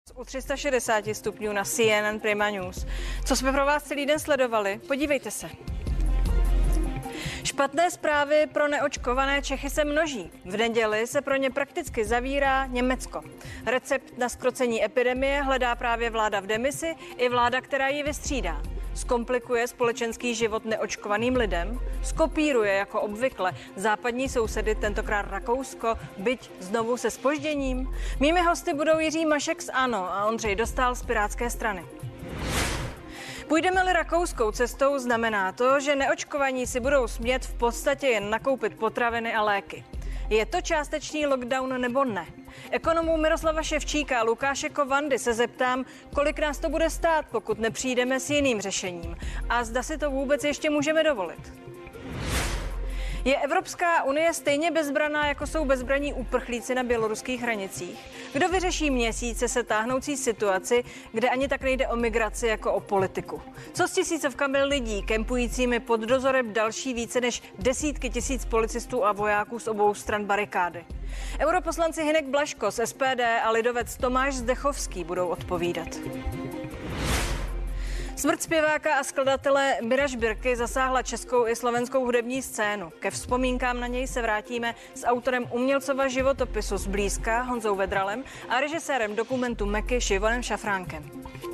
U 360 stupňů na CNN Prima News. Co jsme pro vás celý den sledovali? Podívejte se. Špatné zprávy pro neočkované Čechy se množí. V neděli se pro ně prakticky zavírá Německo. Recept na zkrocení epidemie hledá právě vláda v demisi i vláda, která ji vystřídá. Zkomplikuje společenský život neočkovaným lidem, skopíruje jako obvykle západní sousedy, tentokrát Rakousko, byť znovu se zpožděním. Mými hosty budou Jiří Mašek z ANO a Ondřej Dostál z Pirátské strany. Půjdeme-li rakouskou cestou, znamená to, že neočkovaní si budou smět v podstatě jen nakoupit potraviny a léky. Je to částečný lockdown nebo ne? Ekonomů Miroslava Ševčíka a Lukáše Kovandy se zeptám, kolik nás to bude stát, pokud nepřijdeme s jiným řešením. A zda si to vůbec ještě můžeme dovolit. Je Evropská unie stejně bezbranná, jako jsou bezbraní uprchlíci na běloruských hranicích? Kdo vyřeší měsíce se táhnoucí situaci, kde ani tak nejde o migraci jako o politiku? Co s tisícovkami lidí, kempujícími pod dozorem další více než desítky tisíc policistů a vojáků z obou stran barikády? Europoslanci Hynek Blažko z SPD a lidovec Tomáš Zdechovský budou odpovídat. Smrt zpěváka a skladatele Mira Žbirky zasáhla českou i slovenskou hudební scénu. Ke vzpomínkám na něj se vrátíme s autorem umělcova životopisu zblízka Honzou Vedralem a režisérem dokumentu Meky Šivonem Šafránkem.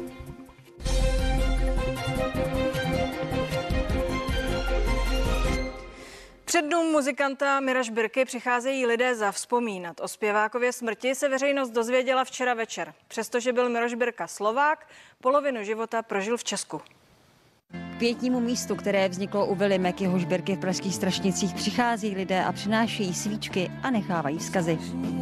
Před dnům muzikanta Mira Žbirky přicházejí lidé zavzpomínat. O zpěvákově smrti se veřejnost dozvěděla včera večer. Přestože byl Miro Žbirka Slovák, polovinu života prožil v Česku. K pietnímu místu, které vzniklo u vily Mekyho Žbirky v pražských Strašnicích, přichází lidé a přinášejí svíčky a nechávají vzkazy.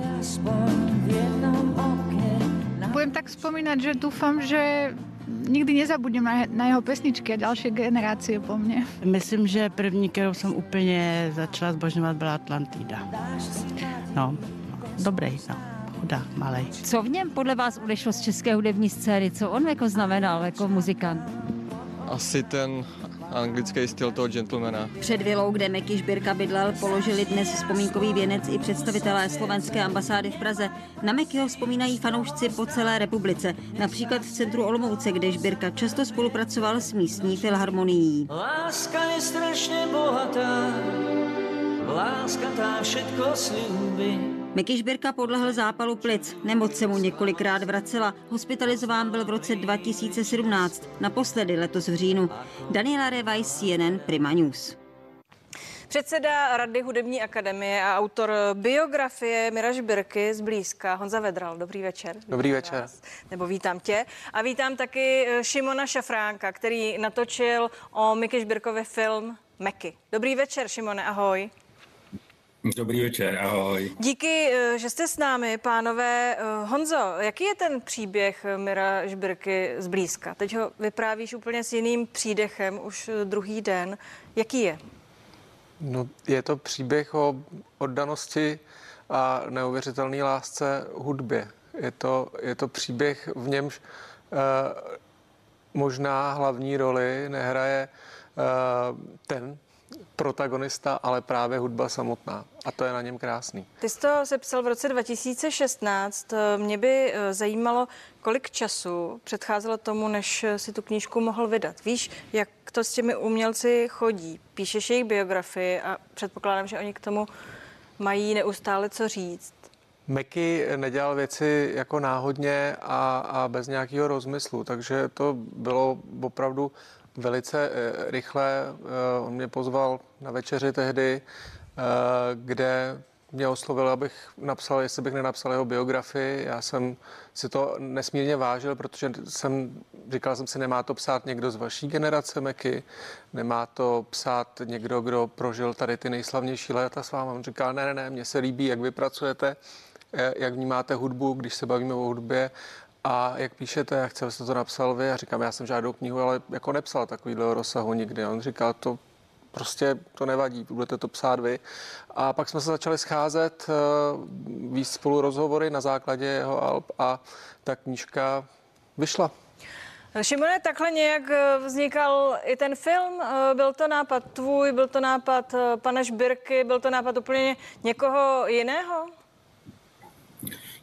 Budem tak vzpomínat, že doufám, že nikdy nezabudnem na jeho pesničky a další generácie po mně. Myslím, že první, kterou jsem úplně začala zbožňovat, byla Atlantida. No, dobrý, no, chudák, malej. Co v něm podle vás odešlo z české hudební scény? Co on jako znamenal jako muzikant? Asi ten anglický styl toho gentlemana. Před vilou, kde Meky Žbirka bydlel, položili dnes vzpomínkový věnec i představitelé slovenské ambasády v Praze. Na Mekyho vzpomínají fanoušci po celé republice, například v centru Olomouce, kde Žbirka často spolupracoval s místní filharmonií. Láska je strašně bohatá, láska tá všetko slúbi. Meky Žbirka podlehl zápalu plic. Nemoc se mu několikrát vracela. Hospitalizován byl v roce 2017, naposledy letos v říjnu. Daniela Revajs, CNN Prima News. Předseda Rady hudební akademie a autor biografie Mira Žbirky zblízka Honza Vedral. Dobrý večer. Dobrý večer. Nebo vítám tě. A vítám taky Šimona Šafránka, který natočil o Meky Žbirkově film Meky. Dobrý večer, Šimone, ahoj. Dobrý večer, ahoj. Díky, že jste s námi, pánové. Honzo, jaký je ten příběh Mira Žbirky zblízka? Teď ho vyprávíš úplně s jiným přídechem už druhý den. Jaký je? No, je to příběh o oddanosti a neuvěřitelné lásce hudbě. Je to příběh, v němž možná hlavní roli nehraje ten protagonista, ale právě hudba samotná. A to je na něm krásný. Ty jsi to sepsal v roce 2016. Mě by zajímalo, kolik času předcházelo tomu, než si tu knížku mohl vydat. Víš, jak to s těmi umělci chodí? Píšeš jejich biografii a předpokládám, že oni k tomu mají neustále co říct. Meky nedělal věci jako náhodně a bez nějakého rozmyslu, takže to bylo opravdu velice rychle. On mě pozval na večeři tehdy, kde mě oslovil, abych napsal, jestli bych nenapsal jeho biografii. Já jsem si to nesmírně vážil, protože říkal jsem si, nemá to psát někdo z vaší generace Meky, nemá to psát někdo, kdo prožil tady ty nejslavnější léta s vámi. On říkal, ne, mně se líbí, jak vy pracujete, jak vnímáte hudbu, když se bavíme o hudbě. A jak píšete, jak jste to napsal vy? A říkám, já jsem žádnou knihu, ale jako nepsal takovýhle rozsahu nikdy. A on říkal, to prostě to nevadí, budete to psát vy. A pak jsme se začali scházet, víc spolu rozhovory na základě jeho alb a ta knížka vyšla. Šimone, takhle nějak vznikal i ten film? Byl to nápad tvůj, byl to nápad pana Žbirky, byl to nápad úplně někoho jiného?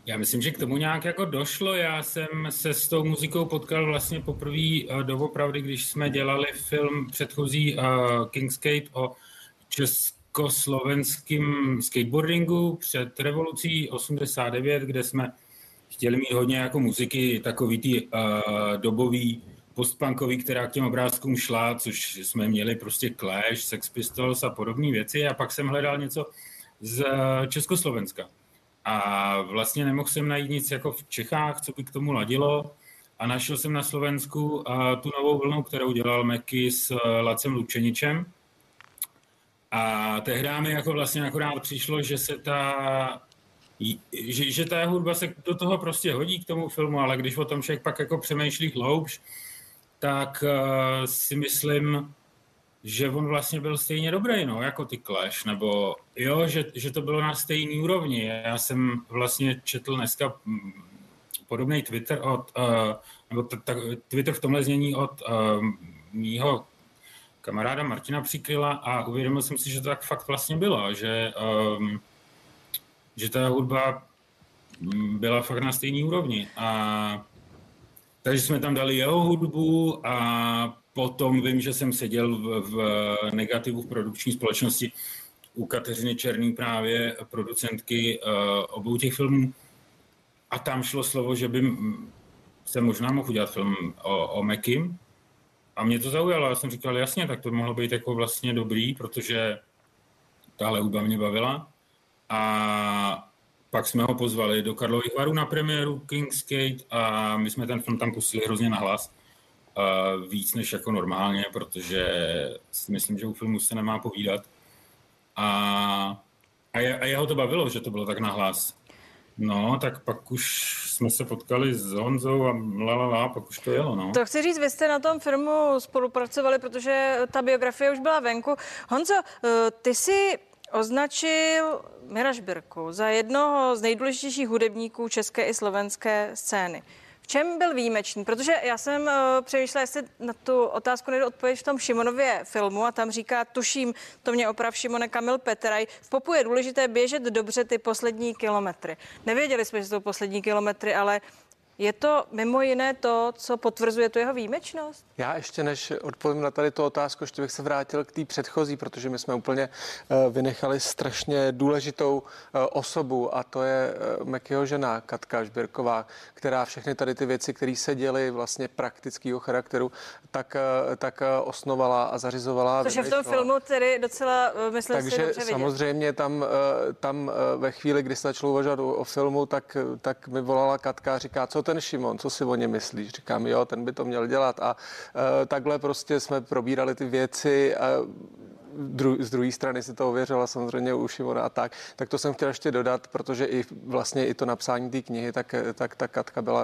Já myslím, že k tomu nějak jako došlo. Já jsem se s tou muzikou potkal vlastně poprvé doopravdy, když jsme dělali film předchozí Kingskate o československém skateboardingu před revolucí 89, kde jsme chtěli mít hodně jako muziky takový ty dobový postpunkový, která k těm obrázkům šla, což jsme měli prostě Clash, Sex Pistols a podobné věci. A pak jsem hledal něco z Československa. A vlastně nemohl jsem najít nic jako v Čechách, co by k tomu ladilo. A našel jsem na Slovensku tu novou vlnu, kterou dělal Meky s Lacem Lučeničem. A tehdy mi jako vlastně akorát přišlo, že se že ta hudba se do toho prostě hodí k tomu filmu, ale když o tom člověk pak jako přemýšlí hloubš, tak si myslím, že on vlastně byl stejně dobrý, no, jako ty Clash, nebo jo, že to bylo na stejný úrovni. Já jsem vlastně četl dneska podobný Twitter Twitter v tomhle znění od mýho kamaráda Martina Přikryla a uvědomil jsem si, že to tak fakt vlastně bylo, že ta hudba byla fakt na stejný úrovni. Takže jsme tam dali jeho hudbu a potom vím, že jsem seděl v negativu v produkční společnosti u Kateřiny Černý, právě producentky obou těch filmů. A tam šlo slovo, že by se možná mohl udělat film o Mekim. A mě to zaujalo. Já jsem říkal, jasně, tak to mohlo být jako vlastně dobrý, protože tahle hudba mě bavila. A pak jsme ho pozvali do Karlových Varů na premiéru Kingskate a my jsme ten film tam pustili hrozně nahlas. Víc než jako normálně, protože si myslím, že u filmu se nemá povídat. A jeho to bavilo, že to bylo tak nahlas. No, tak pak už jsme se potkali s Honzou a pak už to jelo, no. To chci říct, vy jste na tom filmu spolupracovali, protože ta biografie už byla venku. Honzo, ty jsi označil Mira Žbirku za jednoho z nejdůležitějších hudebníků české i slovenské scény. V čem byl výjimečný? Protože já jsem přemýšlela, jestli na tu otázku nejde odpověď v tom Šimonově filmu a tam říká, tuším, to mě oprav Šimone, Kamil Peteraj, v popu je důležité běžet dobře ty poslední kilometry. Nevěděli jsme, že jsou poslední kilometry, ale je to mimo jiné to, co potvrzuje tu jeho výjimečnost? Já ještě než odpovím na tady tu otázku, ještě bych se vrátil k té předchozí, protože my jsme úplně vynechali strašně důležitou osobu a to je Mekyho žena Katka Žbirková, která všechny tady ty věci, které se děly vlastně praktického charakteru, tak osnovala a zařizovala. Což je v tom filmu tedy docela, myslím si, dobře vidět. Takže samozřejmě tam ve chvíli, kdy se začalo uvažovat o filmu, tak mi volala Katka a říká, co ten Šimon, co si o něm myslíš? Říkám, jo, ten by to měl dělat a takhle prostě jsme probírali ty věci a z druhé strany si to ověřila samozřejmě u Šimona a tak to jsem chtěl ještě dodat, protože i to napsání té knihy, tak ta Katka byla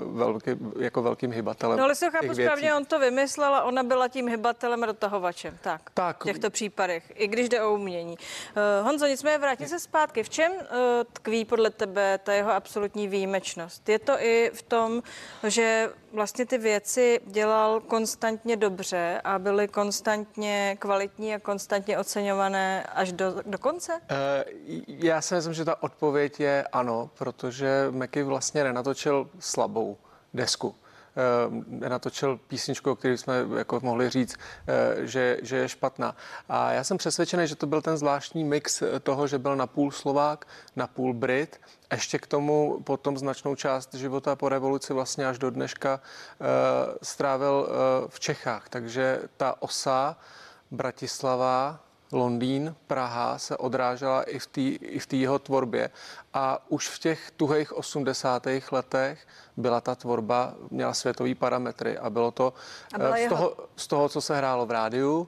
velkým hybatelem. No ale si ho chápu správně, on to vymyslel a ona byla tím hybatelem a dotahovačem. Tak v těchto případech, i když jde o umění. Honzo, nicméně vrátím se zpátky. V čem tkví podle tebe ta jeho absolutní výjimečnost? Je to i v tom, že vlastně ty věci dělal konstantně dobře a byly konstantně kvalitní a konstantně oceňované až do konce? Já si myslím, že ta odpověď je ano, protože Meky vlastně nenatočil slabou desku. Nenatočil písničku, o které jsme jako mohli říct, že je špatná. A já jsem přesvědčený, že to byl ten zvláštní mix toho, že byl napůl Slovák, napůl Brit. Ještě k tomu potom značnou část života po revoluci vlastně až do dneška strávil v Čechách. Takže ta osa Bratislava, Londýn, Praha se odrážela i v té jeho tvorbě. A už v těch tuhých 80. letech byla ta tvorba, měla světový parametry a bylo to z toho, co se hrálo v rádiu,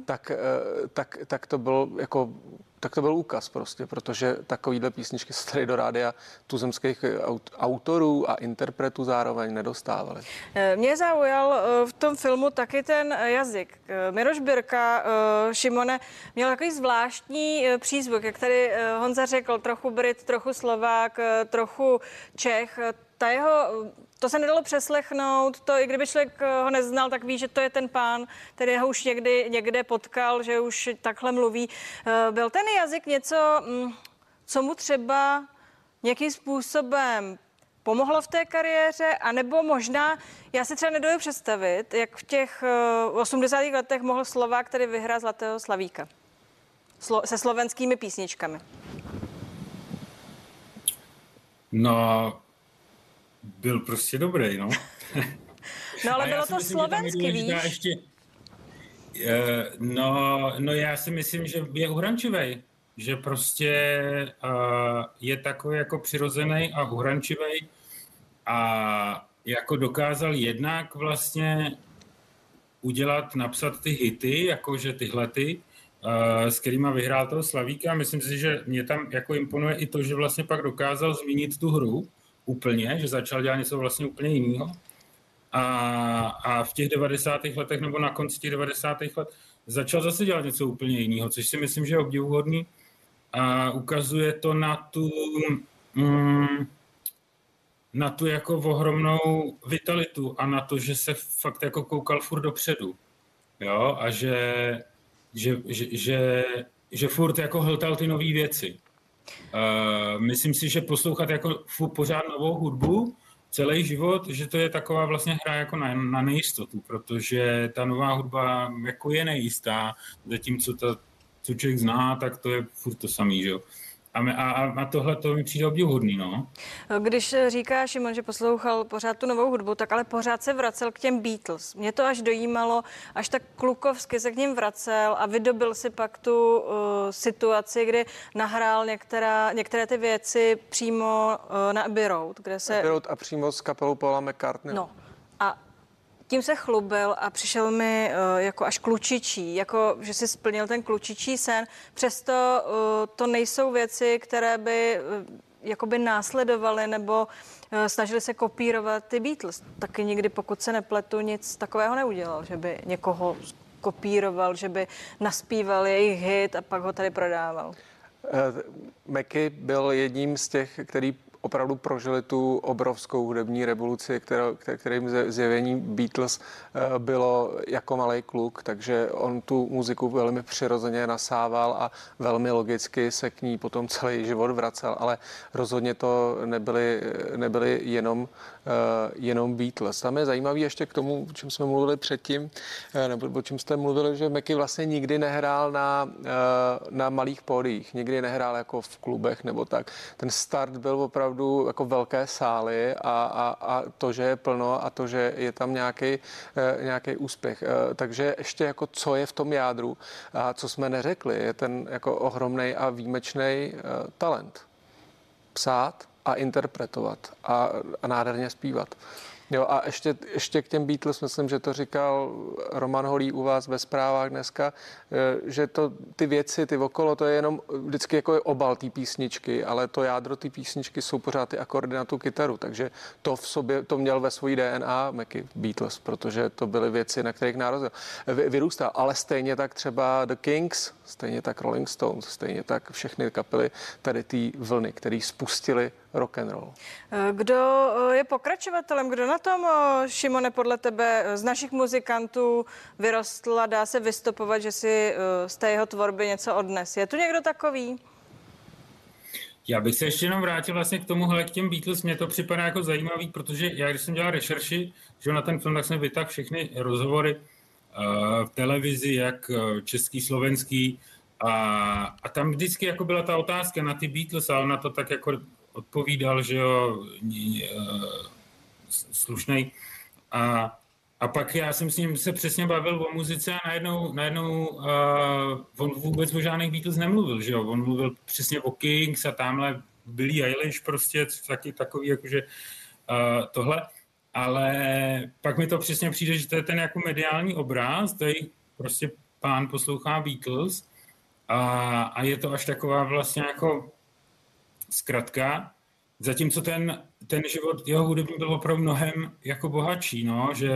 tak to byl jako tak to byl úkaz prostě, protože takovýhle písničky se tady do rádia tuzemských autorů a interpretů zároveň nedostávaly. Mě zaujal v tom filmu taky ten jazyk. Miro Žbirka, Šimone, měl takový zvláštní přízvuk, jak tady Honza řekl, trochu Brit, trochu Slovák, trochu Čech. To se nedalo přeslechnout, to i kdyby člověk ho neznal, tak ví, že to je ten pán, který ho už někde potkal, že už takhle mluví. Byl ten jazyk něco, co mu třeba nějakým způsobem pomohlo v té kariéře, anebo možná, já si třeba nedovedu představit, jak v těch 80. letech mohl Slovák tady vyhrát Zlatého Slavíka se slovenskými písničkami. No, byl prostě dobrý, no. No ale bylo to slovensky, víš? No já si myslím, že je uhrančivej, že prostě je takový jako přirozený a uhrančivej a jako dokázal jednak vlastně napsat ty hity, jakože tyhle s kterýma vyhrál toho Slavíka. Myslím si, že mě tam jako imponuje i to, že vlastně pak dokázal změnit tu hru úplně, že začal dělat něco vlastně úplně jiného. A v těch 90. letech nebo na konci těch 90. let začal zase dělat něco úplně jiného, což si myslím, že je obdivuhodný. A ukazuje to na tu jako ohromnou vitalitu a na to, že se fakt jako koukal furt dopředu. Jo? A že furt jako hltal ty nové věci. Myslím si, že poslouchat jako pořád novou hudbu celý život, že to je taková vlastně hra jako na nejistotu, protože ta nová hudba jako je nejistá, zatímco to, co člověk zná, tak to je furt to samý, že jo. A tohle to mi přijde obdivuhodný, no. Když říká Šimon, že poslouchal pořád tu novou hudbu, tak ale pořád se vracel k těm Beatles. Mě to až dojímalo, až tak klukovsky se k ním vracel a vydobil si pak tu situaci, kdy nahrál některé ty věci přímo na Abbey Road, kde se... Abbey Road a přímo s kapelou Paula McCartney. No a tím se chlubil a přišel mi jako až klučičí, jako že si splnil ten klučičí sen. Přesto to nejsou věci, které by jakoby následovaly nebo snažili se kopírovat ty Beatles. Taky nikdy, pokud se nepletu, nic takového neudělal, že by někoho kopíroval, že by naspíval jejich hit a pak ho tady prodával. Mackie byl jedním z těch, který opravdu prožili tu obrovskou hudební revoluci, kterým zjevení Beatles bylo jako malej kluk, takže on tu muziku velmi přirozeně nasával a velmi logicky se k ní potom celý život vracel, ale rozhodně to nebyly jenom Beatles. Tam je zajímavý ještě k tomu, o čem jsme mluvili předtím, nebo o čem jste mluvili, že Mackie vlastně nikdy nehrál na malých pódiích, nikdy nehrál jako v klubech nebo tak. Ten start byl opravdu jako velké sály a to, že je plno a to, že je tam nějaký úspěch. Takže ještě jako co je v tom jádru a co jsme neřekli, je ten jako ohromnej a výjimečný talent. Psát a interpretovat a nádherně zpívat. Jo, a ještě k těm Beatles, myslím, že to říkal Roman Holý u vás ve zprávách dneska, že ty věci, ty okolo, to je jenom vždycky jako je obal té písničky, ale to jádro té písničky jsou pořád ty akordy na tu kytaru, takže to v sobě, to měl ve svojí DNA Mackie Beatles, protože to byly věci, na kterých vyrůstal, ale stejně tak třeba The Kings, stejně tak Rolling Stones, stejně tak všechny kapely tady ty vlny, které spustily rock and roll. Kdo je pokračovatelem? Kdo na tom, Šimone, podle tebe z našich muzikantů vyrostl a dá se vystopovat, že si z té jeho tvorby něco odnes? Je tu někdo takový? Já bych se ještě jenom vrátil vlastně k tomuhle, k těm Beatles. Mně to připadá jako zajímavý, protože já, když jsem dělal rešerši, že na ten film, tak jsem vytáhl všechny rozhovory v televizi, jak český, slovenský, a tam vždycky jako byla ta otázka na ty Beatles, ale na to tak jako odpovídal, že jo, slušnej. A pak já jsem s ním se přesně bavil o muzice a najednou on vůbec o žádných Beatles nemluvil, že jo. On mluvil přesně o Kings a tamhle Billie Eilish prostě, taky takový jakože tohle. Ale pak mi to přesně přijde, že to je ten jako mediální obraz, tady prostě pán poslouchá Beatles a je to až taková vlastně jako zkratka, zatímco ten život jeho hudební byl opravdu mnohem jako bohatší, no, že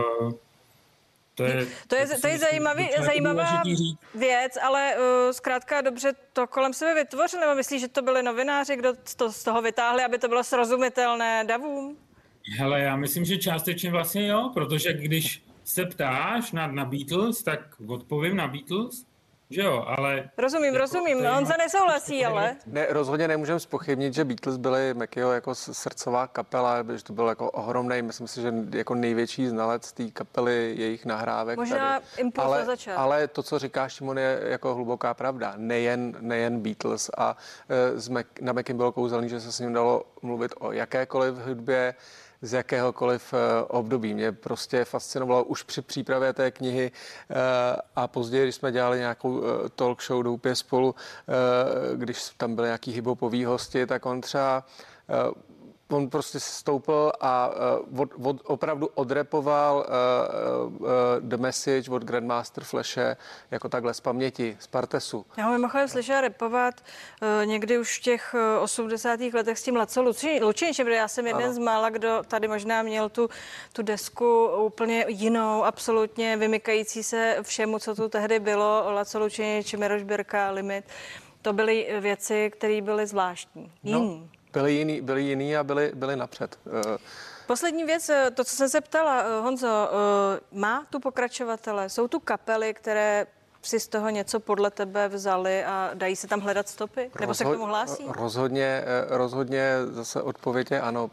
to je zajímavá věc, ale zkrátka dobře to kolem sebe vytvořil, nebo myslíš, že to byli novináři, kdo to z toho vytáhli, aby to bylo srozumitelné davům? Hele, já myslím, že částečně vlastně jo, protože když se ptáš na Beatles, tak odpovím na Beatles, že jo, ale... Rozumím, Honza nesouhlasí, ale... Ne, rozhodně nemůžeme zpochybnit, že Beatles byli Mackyho jako srdcová kapela, že to byl jako ohromnej, myslím si, že jako největší znalec té kapely, jejich nahrávek. Možná impuls na začátku. Ale to, co říkáš, Šimon, je jako hluboká pravda. Nejen Beatles a na Mackym bylo kouzelný, že se s ním dalo mluvit o jakékoliv hudbě, z jakéhokoliv období. Mě prostě fascinovalo už při přípravě té knihy a později, když jsme dělali nějakou talk show doupě spolu, když tam byly nějaký hiphopový hosti, tak on prostě stoupil a opravdu odrepoval The Message od Grandmaster Flashe jako takhle z paměti, z Partesu. Já ho mimochodem slyšela repovat někdy už v těch 80. letech s tím Laco Lučiničem, protože já jsem jeden z mála, kdo tady možná měl tu desku úplně jinou, absolutně vymykající se všemu, co tu tehdy bylo. Laco Lučinič, Miroš Birka, Limit. To byly věci, které byly zvláštní. Jiný. No. Byli jiný a byli napřed. Poslední věc, to, co jsem se ptala, Honzo, má tu pokračovatele? Jsou tu kapely, které si z toho něco podle tebe vzali a dají se tam hledat stopy? Nebo se k tomu hlásí? Rozhodně zase odpověď je ano,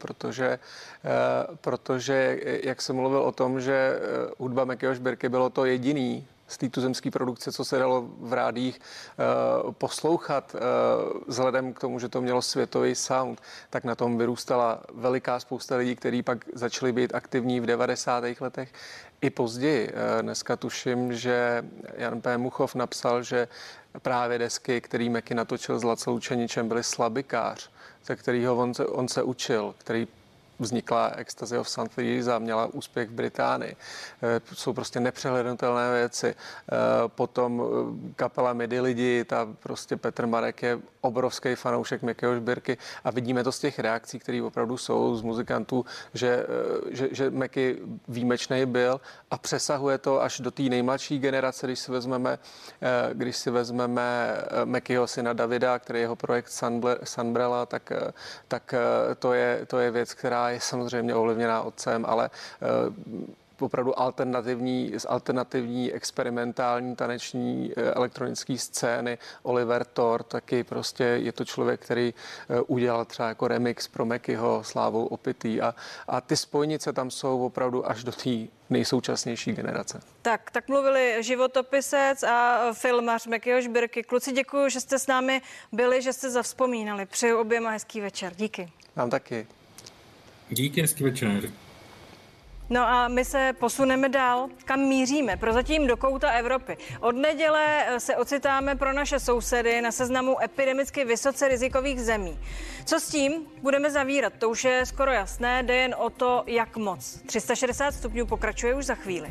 protože jak jsem mluvil o tom, že hudba Mackyho Šbirky bylo to jediný z té tuzemské produkce, co se dalo v rádiích poslouchat vzhledem k tomu, že to mělo světový sound, tak na tom vyrůstala veliká spousta lidí, kteří pak začali být aktivní v 90. letech i později. Dneska tuším, že Jan P. Muchov napsal, že právě desky, který Macky natočil s Lacou Lučeničem, byly Slabikář, ze kterého on se učil, který vznikla Ecstasy of St. Teresa, měla úspěch v Británii. Jsou prostě nepřehlednutelné věci. Potom kapela Midi lidi, ta prostě Petr Marek je obrovský fanoušek Mackyho Šbirky a vidíme to z těch reakcí, které opravdu jsou z muzikantů, že Macky výjimečný byl a přesahuje to až do té nejmladší generace, když si vezmeme Mackyho syna Davida, který je jeho projekt Sunbrella, tak to je věc, která je samozřejmě ovlivněná otcem, ale opravdu alternativní experimentální taneční elektronické scény. Oliver Thor taky prostě je to člověk, který udělal třeba jako remix pro Mackyho s Lávou opitý a ty spojnice tam jsou opravdu až do té nejsoučasnější generace. Tak mluvili životopisec a filmař Mackyho Šbirky. Kluci, děkuji, že jste s námi byli, že jste zavzpomínali. Přeju oběma hezký večer. Díky. Vám taky. Díky, hezký večer. No a my se posuneme dál. Kam míříme? Prozatím do kouta Evropy. Od neděle se ocitáme pro naše sousedy na seznamu epidemicky vysoce rizikových zemí. Co s tím? Budeme zavírat. To už je skoro jasné, jde jen o to, jak moc. 360 stupňů pokračuje už za chvíli.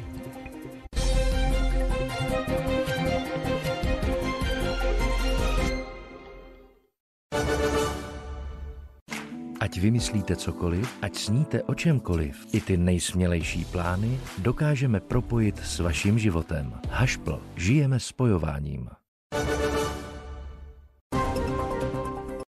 Ať vymyslíte cokoliv, ať sníte o čemkoliv, i ty nejsmělejší plány dokážeme propojit s vaším životem. Hašpl. Žijeme spojováním.